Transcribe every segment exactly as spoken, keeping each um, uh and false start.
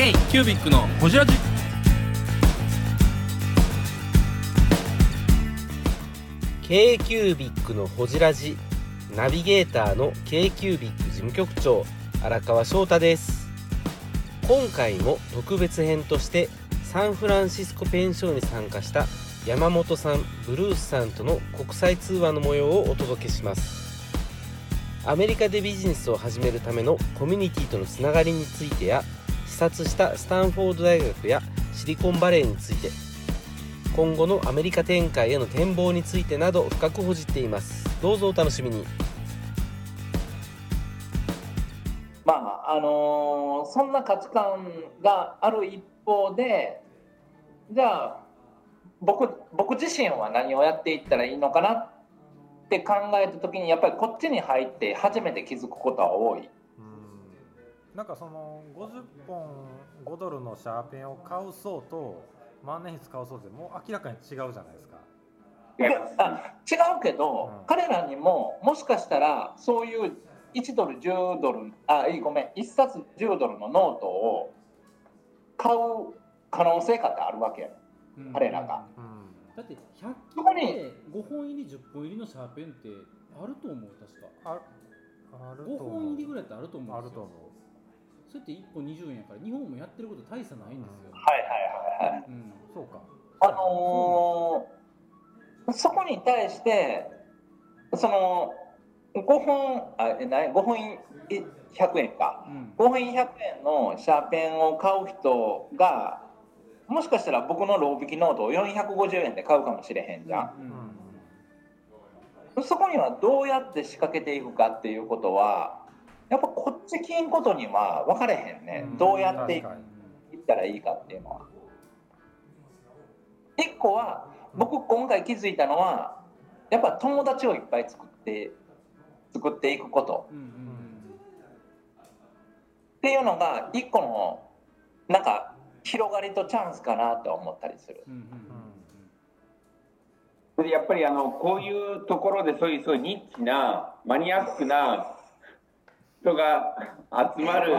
K キュービックのホジラジ。 K キュービックのホジラジ、ナビゲーターの K キュービック事務局長荒川翔太です。今回も特別編としてサンフランシスコペンションに参加した山本さん、ブルースさんとの国際通話の模様をお届けします。アメリカでビジネスを始めるためのコミュニティとのつながりについてや、視察したスタンフォード大学やシリコンバレーについて、今後のアメリカ展開への展望についてなど深く報じています。どうぞお楽しみに。 まああのー、そんな価値観がある一方で、じゃあ 僕, 僕自身は何をやっていったらいいのかなって考えた時に、やっぱりこっちに入って初めて気づくことは多い。 うんなんかそのごじゅっぽんごドルのシャーペンを買う層と万年筆買う層ってもう明らかに違うじゃないですか。 あ違うけど、うん、彼らにももしかしたらそういういちドルじゅうドル、あいいごめんいっさつじゅうドルのノートを買う可能性かってあるわけや、うん、彼らが、うん、 だってひゃっきんでごほん入りじゅっぽん入りのシャーペンってあると思う。確かああると思う。ごほん入りぐらいってあると思うんですよ。あると思う。それっていっぽんにじゅうえんやから日本もやってること大差ないんですよ、うん、 はいはいはいはい、うん、 そうか。 あのー、そこに対してそのごほんあないごほんひゃくえんか、うん、ごほんひゃくえんのシャーペンを買う人がもしかしたら僕のロー引きノートをよんひゃくごじゅうえんで買うかもしれへんじゃん、うんうん、そこにはどうやって仕掛けていくかっていうことはやっぱこっち金ことには分かれへんね、うん、どうやっていったらいいかっていうのは。一個は僕今回気づいたのはやっぱ友達をいっぱい作って作っていくこと、うんうんうん、っていうのが一個のなんか広がりとチャンスかなと思ったりする、うんうんうん、やっぱりあのこういうところでそういうそういうニッチなマニアックな人が集まる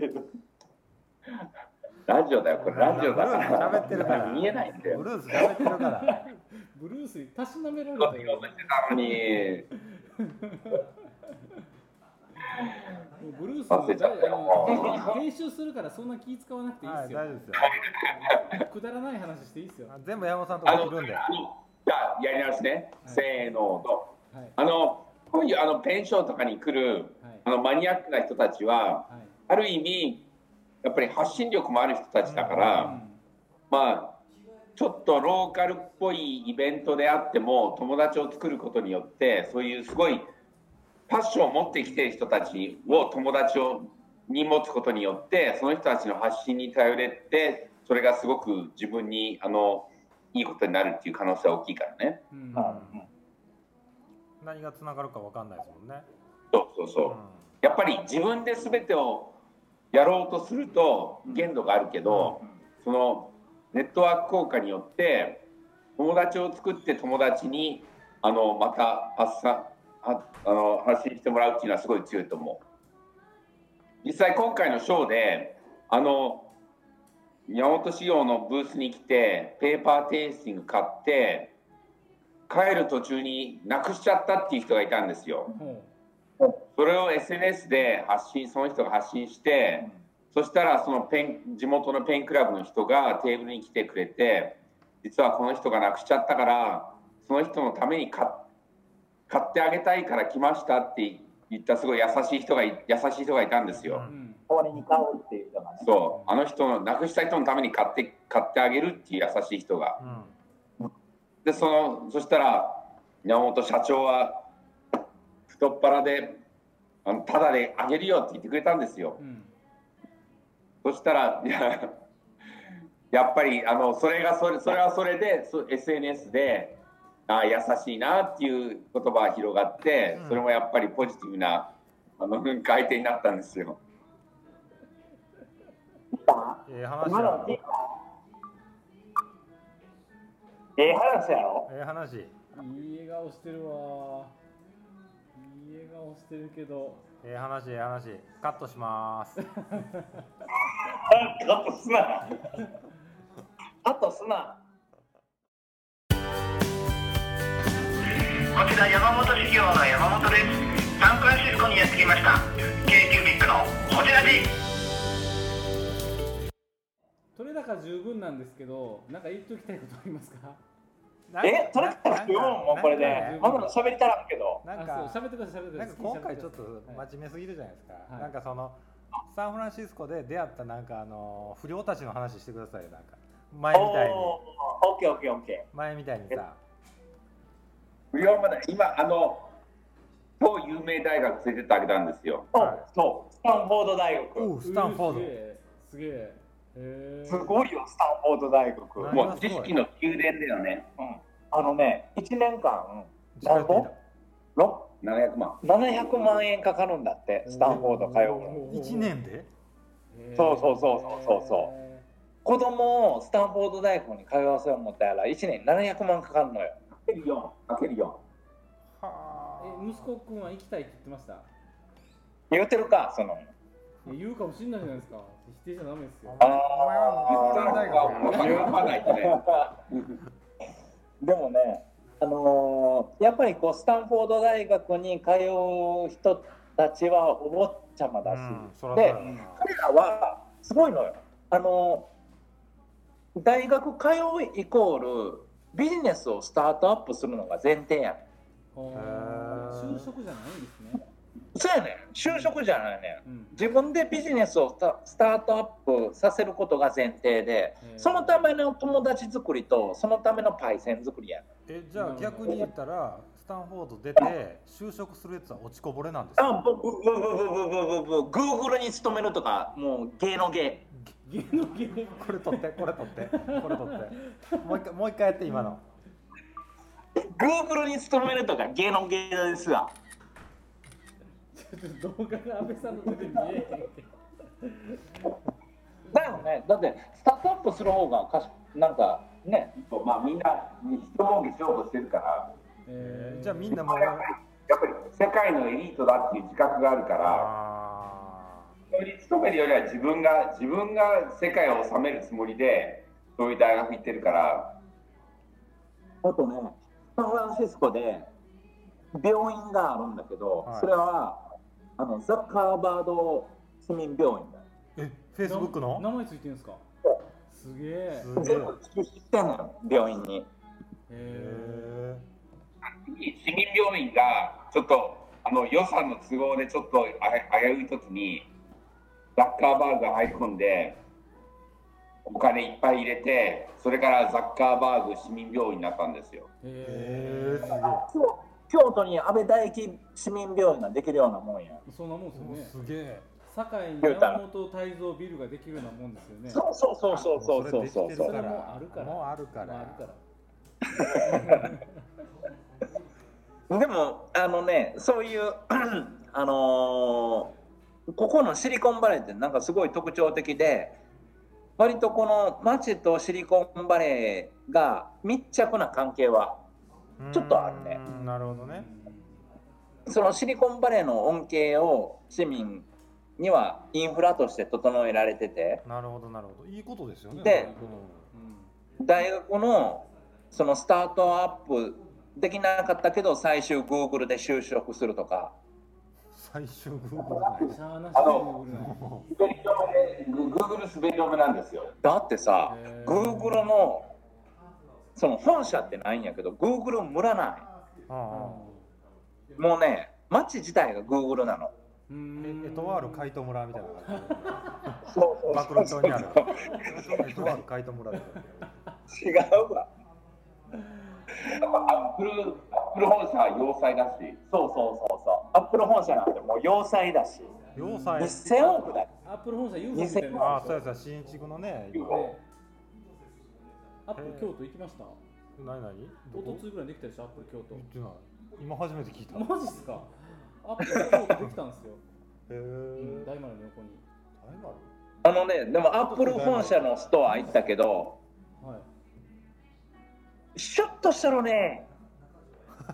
ラジオだよこれ、ラジオだから喋ってるから見えないんだよ。 ブルース喋ってるからブルースにたしなめられたよ。 たのにブルースの編集するからそんな気使わなくていいですよ。 はい、大丈夫ですよ。 くだらない話していいですよ。 全部山本さんとこ来るんで。 じゃあやり直しね、はい、せーのと、はい、あのこういうあのペンションとかに来る、はい、あのマニアックな人たちは、はい、ある意味やっぱり発信力もある人たちだから、うん、まあちょっとローカルっぽいイベントであっても友達を作ることによってそういうすごいパッションを持ってきている人たちを友達をに持つことによってその人たちの発信に頼れてそれがすごく自分にあのいいことになるっていう可能性は大きいからね、うんうん、 何がつながるか分かんないですもんね。 そうそうそう、うん、やっぱり自分で全てをやろうとすると限度があるけど、うん、そのネットワーク効果によって友達を作って友達にあのまた発散ああの発信してもらうっていうのはすごい強いと思う。実際今回のショーであの山本仕様のブースに来てペーパーテイスティング買って帰る途中になくしちゃったっていう人がいたんですよ、うん、それを エスエヌエス で発信その人が発信して、うん、そしたらそのペン地元のペンクラブの人がテーブルに来てくれて実はこの人がなくしちゃったからその人のために買って買ってあげたいから来ましたって言ったすごい優しい人がい優しい人がいたんですよ。 代わりに買うっていう人がね。 そう、あの人の亡くした人のために買って買ってあげるっていう優しい人が。うん、でそのそしたら山本社長は太っ腹であのタダであげるよって言ってくれたんですよ。うん、そしたらいややっぱりあのそれがそれそれはそれで エスエヌエス で。あ優しいなっていう言葉が広がって、うん、それもやっぱりポジティブなあの回転になったんですよ。 ええ話や。 ええ話やろ。 ええ話。いい笑顔してるわ。いい笑顔してるけど。 ええ話ええ話。カットします。 カットすな。カットすな。 こちら山本事業の山本です。サンフランシスコにやってきました。k キュービックのこちらで。 取れ高十分なんですけど、なんか言っておきたいことありますか？ え、それから十分もうこれで、まだ喋ったらんけど。 なんか喋ってください、喋ってください。 なんか今回ちょっと真面目すぎるじゃないですか。 はい、 なんかそのサンフランシスコで出会ったなんかあの不良たちの話してくださいよ。なんか前みたいに。 オッケーオッケーオッケー。前みたいにさ。 不良まだ今あの超有名大学連れてってあげたんですよ。 はい、そうスタンフォード大学。 おスタンフォード。 すげえ。 すごいよスタンフォード大学。 もう知識の宮殿だよね。 うん、あのねいちねんかん何ぼななひゃくまんななひゃくまんえんかかるんだってスタンフォード通うの。 いちねんで？ そうそうそうそうそうそう。子供をスタンフォード大学に通わせようと思ったらいちねんななひゃくまんかかるのよ。 かけるよんかけるよん。 はあ。え息子くんは行きたいって言ってました？ 言ってるかその。 言うかもしれないじゃないですか。否定しちゃダメですよ。 あお前はもう日本大学言わないとね。 でもね、あのー、やっぱりこうスタンフォード大学に通う人たちはお坊ちゃまだし、うん、で彼らはすごいのよ。あのー、大学通うイコールビジネスをスタートアップするのが前提やねん。 就職じゃないんですね。 そうやねん、就職じゃないねん、うん、自分でビジネスをスタートアップさせることが前提で、そのための友達作りとそのためのパイセン作りやねん。 えじゃあ逆に言ったらスタンフォード出て就職するやつは落ちこぼれなんですか？ あ、ブブブブブブブブグーグルに勤めるとかもう芸の芸。 芸の芸。 これ取ってこれ取ってこれ取ってもう一回もう一回やって今の。 グーグルに勤めるとか芸の芸ですわ。 動画が安倍さんの時に見えへんけど。 だよね。だってスタートアップする方がかしなんかね、 まあみんなに一儲けしようとしてるから。 えー、じゃあみんなもうやっぱり世界のエリートだっていう自覚があるから、それに勤めるよりは自分が自分が世界を治めるつもりでそういう大学行ってるから。 あとね、サンフランシスコで病院があるんだけど、はい、それはあのザッカーバード市民病院だ。 え、フェイスブックの名前ついてるんですか？すげえ。 全部知ってんのよ、病院に。へえ。市民病院がちょっとあの予算の都合でちょっと危うい時にザッカーバーグが入り込んでお金いっぱい入れて、それからザッカーバーグ市民病院になったんですよ。 へえ、すげえ。 京都に安倍大樹市民病院ができるようなもんや。 そんなもんですよね。 すげえ。 堺に山本泰造ビルができるようなもんですよね。 そうそうそうそうそうそうそう。 それもあるから。 もうあるから。 あるから。 でもあのね、そういうあのー、ここのシリコンバレーってなんかすごい特徴的で、割とこの町とシリコンバレーが密着な関係はちょっとあるね。 なるほどね。 そのシリコンバレーの恩恵を市民にはインフラとして整えられてて。 なるほどなるほど。いいことですよね。 で、うん、大学のそのスタートアップできなかったけど最終 Google で就職するとか。 最終 Google あの Google 滑り止めなんですよ。 だってさ Google のその本社ってないんやけど Google 村ない。もうね町自体が Google なの。 エトワール海斗村みたいな感じ。 そうそう暴露町にあるエトワール海斗村。違うわ。 アップル、アップル本社は要塞だし。 そうそうそうそう。アップル本社なんてもう要塞だし。 要塞。 にせんおくだ。 アップル本社ユーザーみたいな。 ああ、そうやそうや、新築のね。 アップル京都行きました？ 何何？ おとついぐらいできたでしょ、アップル京都。 今初めて聞いた。 マジっすか？アップル京都できたんですよ。 へえ。 大丸の横に。 大丸？ あのね、でもアップル本社のストア行ったけど、はい、シュッとしたのね。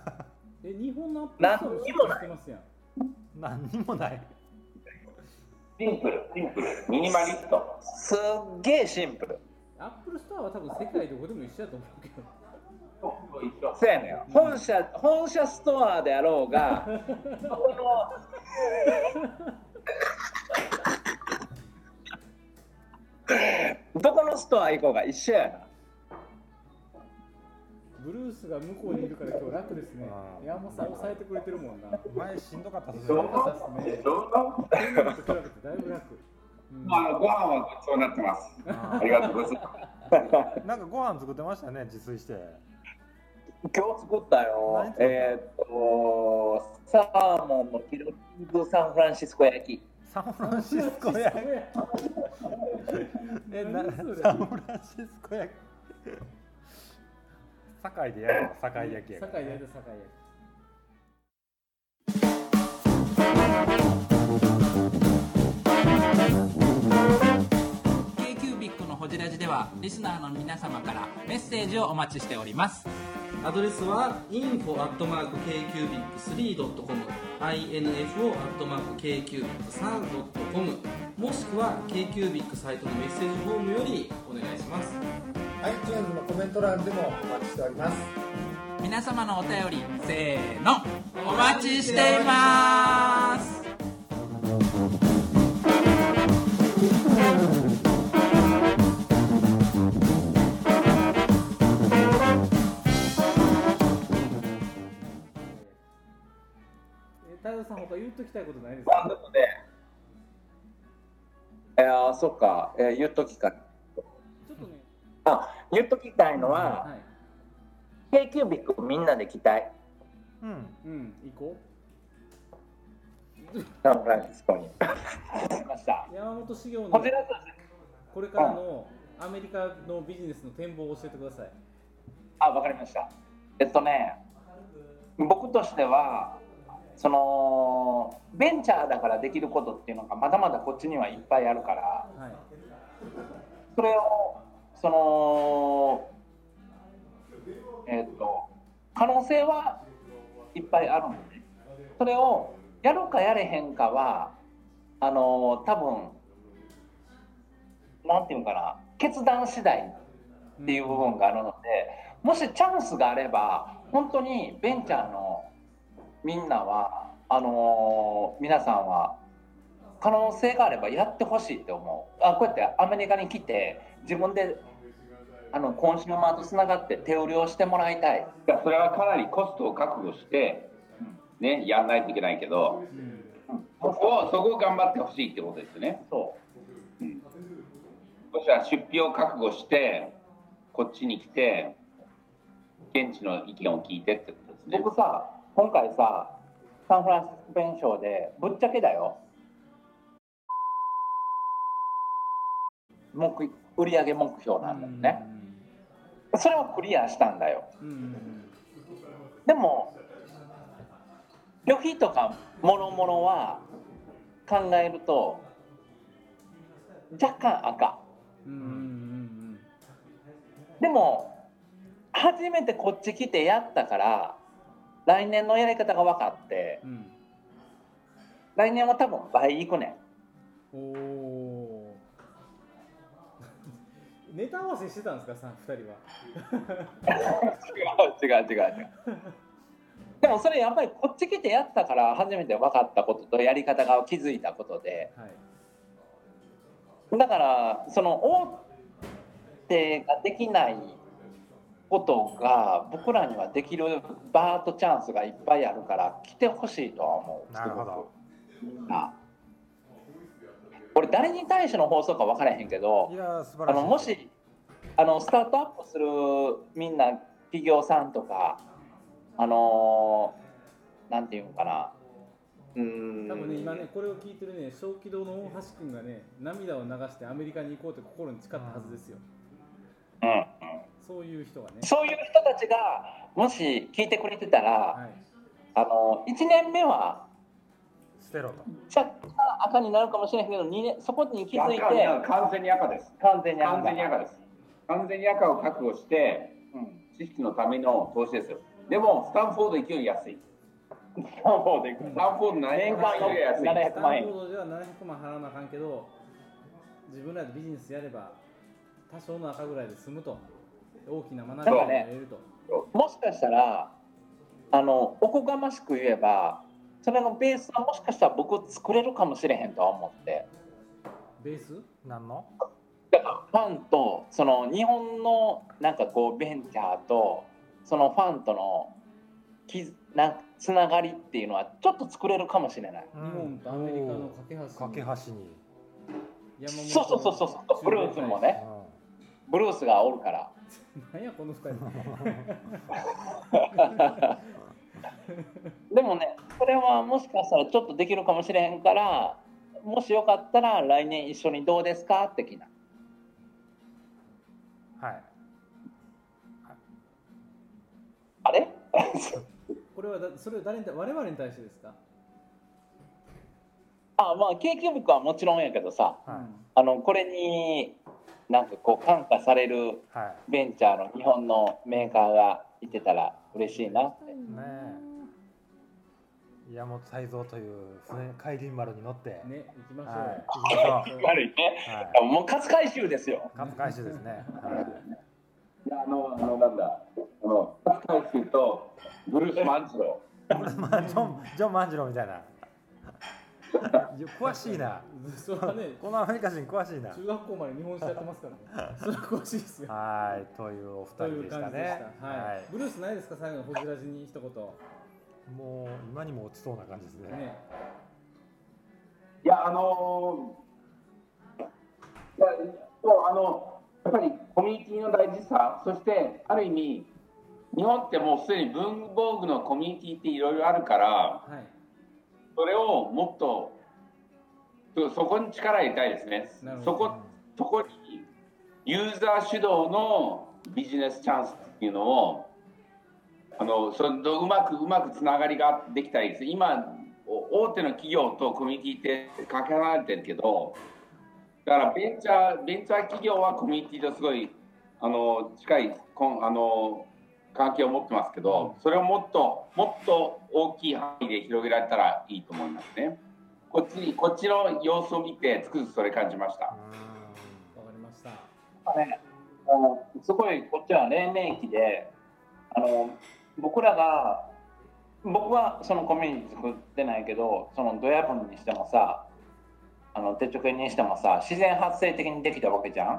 え、日本のアップルストアもシュッとしてますやん。 何にもない。 シンプル、シンプル、ミニマリスト。 すっげえシンプル。 アップルストアは多分世界どこでも一緒だと思うけど。 そうやねん。本社、本社ストアであろうが、どこのどこのストア行こうが一緒やな。 ブルースが向こうにいるから今日楽ですね。山本さん抑えてくれてるもんな。 前しんどかったですよね。 かったですね。 どうぞ。 去年と比べてだいぶ楽。うん、 まあ、ご飯はごちそうになってます。ありがとうございます。 なんかご飯作ってましたね、自炊して。 今日作ったよ。えー、っと、サーモンのキルチーズサンフランシスコ焼き。 サンフランシスコ焼き。え、な、サンフランシスコ焼き。堺で焼いた堺焼きや。 堺で焼いた堺焼き。 ケーキュービック のホジラジではリスナーの皆様からメッセージをお待ちしております。 アドレスは インフォ アットマーク ケーキュービックスリー ドット コム インフォ アットマーク ケーキュービックスリー ドット コム もしくは ケーキュービック サイトのメッセージフォームよりお願いします。 iTunes のコメント欄でもお待ちしております。 皆様のお便りせーのお待ちしています。 太陽さん、他言っときたいことないですか？ あ、でもね、いや、そっか、えー、言っときか。 ちょっとね、 あ、言っときたいのは、 はい、 ケーキュービックみんなで来たい。 うん。 うん、行こう。サンフランシスコに。ました。 山本修行のこちらこれからのアメリカのビジネスの展望を教えてください。 あ、わかりました。えっとね、僕としては、そのベンチャーだからできることっていうのがまだまだこっちにはいっぱいあるから、はい、それをそのえっと可能性はいっぱいあるので、それをやるかやれへんかはあの多分なんていうかな、決断次第っていう部分があるので、もしチャンスがあれば本当にベンチャーのみんなはあのー、皆さんは可能性があればやってほしいって思う。あ、こうやってアメリカに来て自分であのコンシューマーとつながって手売りをしてもらいたい。 いや、それはかなりコストを覚悟してね、やんないといけないけど、うん、そこをそこを頑張ってほしいってことですね。 そう、 うん、もしは出費を覚悟してこっちに来て現地の意見を聞いてってことですね。 僕さ、今回さ、サンフランシスコ弁賞でぶっちゃけだよ、目売上目標なんだよね。それをクリアしたんだよ。でも旅費とかもろもろは考えると若干赤。でも初めてこっち来てやったから来年のやり方が分かって、うん、来年は多分倍いくねん。 おネタ合わせしてたんですか、さんふたりは。 違う違う違う違う。でもそれやっぱりこっち来てやったから初めて分かったこととやり方が気づいたことで、はい、だからその大手ができないことが僕らにはできるバーとチャンスがいっぱいあるから来てほしいとは思う。 なるほど。 あ、俺誰に対しての放送か分からへんけど、 いや素晴らしい。 あのもしあのスタートアップするみんな企業さんとかあのー、なんていうのかな、 うーん、多分ね今ねこれを聞いてるね小気道の大橋君がね涙を流してアメリカに行こうって心に誓ったはずですよ。 うん、うん、 そういう人がね、 そういう人たちがもし聞いてくれてたら、はい、あのいちねんめは捨てろと若干赤になるかもしれないけどにねんそこに気づいて完全に赤です。 完全に赤完全に赤です。完全に赤を覚悟して、うん、知識のための投資ですよ。でもスタンフォード行くより安い。 サンフォード行く。 サンフォード年間より安い。 ななひゃくまんえん。 スタンフォードではななひゃくまん払わなあかんけど、自分らでビジネスやれば多少の赤ぐらいで済むと、大きな学びを得ると、 ね、もしかしたらあのおこがましく言えば、それのベースはもしかしたら僕作れるかもしれへんとは思って。 ベース何の？ だからファンとその日本のなんかこうベンチャーとそのファンとのきなんかつながりっていうのはちょっと作れるかもしれない。 日本とアメリカの架け橋に。 架け橋に。 そうそうそうそうそう。ブルースもね。うん、ブルースがおるから。 何やこの二人。 でもね、それはもしかしたらちょっとできるかもしれへんから、もしよかったら来年一緒にどうですか的な。 はい。 あれ？ これはだそれは誰に我々に対してですか？ あ、まあ K キュービックはもちろんやけどさ、はい、あのこれになんかこう感化されるベンチャーの日本のメーカーがいてたら嬉しいなって。ねえ、山本泰造という船海林丸に乗ってね行きましょう。 はい、行きましょう。悪いね。はい、もう勝海舟ですよ。 勝海舟ですね。はい。 いやあのあのなんだあの勝海舟とブルース万次郎。 ジョンジョン万次郎みたいな。詳しいな。 それはね、 このアメリカ人詳しいな。 中学校まで日本史やってますからね。それは詳しいですよ。 はい、というお二人でしたね。 はい。ブルースないですか、最後のホジラジに一言。 もう今にも落ちそうな感じですね。ね、 いやあのー、いやそうあのやっぱりコミュニティの大事さ、そしてある意味日本ってもうすでに文房具のコミュニティっていろいろあるから。はい、それをもっとそこに力入れたいですね。そこそこにユーザー主導のビジネスチャンスっていうのをあのそれとうまくうまくつながりができたらいいです。今大手の企業とコミュニティってかけ離れてるけど、だからベンチャーベンチャー企業はコミュニティとすごいあの近いあの関係を持ってますけど、それをもっともっと大きい範囲で広げられたらいいと思いますね。こっちにこっちの様子を見てつくづくそれ感じました。わかりました。 ね、あのすごいこっちは黎明期で、あの僕らが僕はそのコミュニティ作ってないけど、そのドヤ分にしてもさ、あの手帳にしてもさ、自然発生的にできたわけじゃん。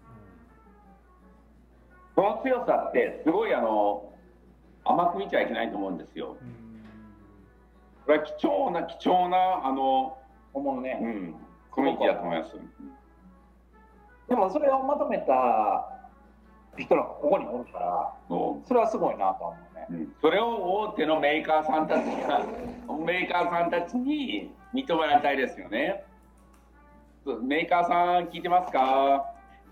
その強さってすごいあの甘く見ちゃいけないと思うんですよ。これは貴重な貴重なあの思うね、 うん、コミュニティだと思います。 でもそれをまとめた人がここにおるから、それはすごいなと思うね。 うん、それを大手のメーカーさんたちがメーカーさんたちに認められたいですよね。メーカーさん聞いてますか？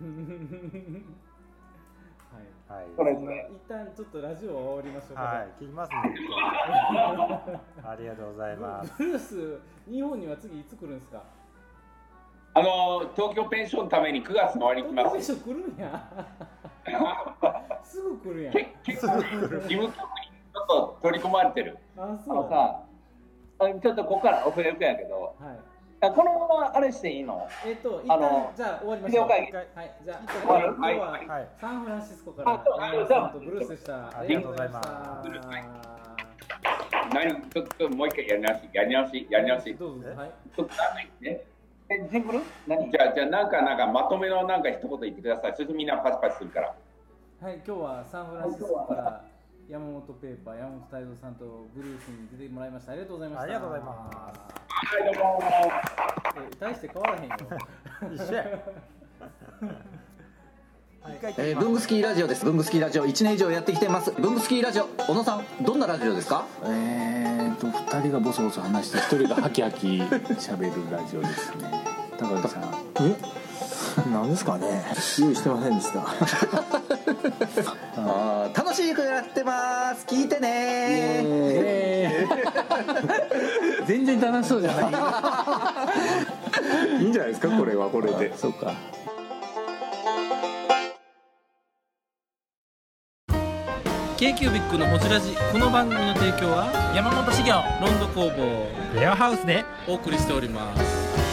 はい、それね、一旦ちょっとラジオを終わりましょうか。 はい、聞きますね。ありがとうございます。 ブルース、日本には次いつ来るんですか？ あの東京ペンションのためにくがつの終わりに来ます。 東京ペンション来るんや。すぐ来るやん。 結構事務局にちょっと取り込まれてる。 あ、そう。 さ、ちょっとここから遅れるやけど。はい。このままあれしていいの？ えっと、一旦じゃあ終わりましょう。はい、じゃあ今日はサンフランシスコから山本さんとブルースでした。ありがとうございます。 何ちょっともう一回やり直しやり直しやり直し。 どうぞ。はい。 ちょっと長いね。 え、ジングル？何？ じゃあじゃあなんかなんかまとめのなんか一言言ってください。それでみんなパチパチするから。 はい、今日はサンフランシスコから山本ペーパー山本泰造さんとブルースに出てもらいました。ありがとうございました。 ありがとうございます。 はいどうも。 え、大して変わらへんよ。 一緒や。 えー、ブングスキーラジオです。ブングスキーラジオいちねん以上やってきてます。ブングスキーラジオ、小野さんどんなラジオですか？ えーとふたりがボソボソ話してひとりがハキハキ喋るラジオですね。高木さん、 え、なんですかね。用意してませんでした。 あ楽しくやってます。聞いてねー。全然楽しそうじゃない。いいんじゃないですかこれはこれで。そうか。 k q b i c のほじラジ、この番組の提供は山本修行ロンド工房レアハウスでお送りしております。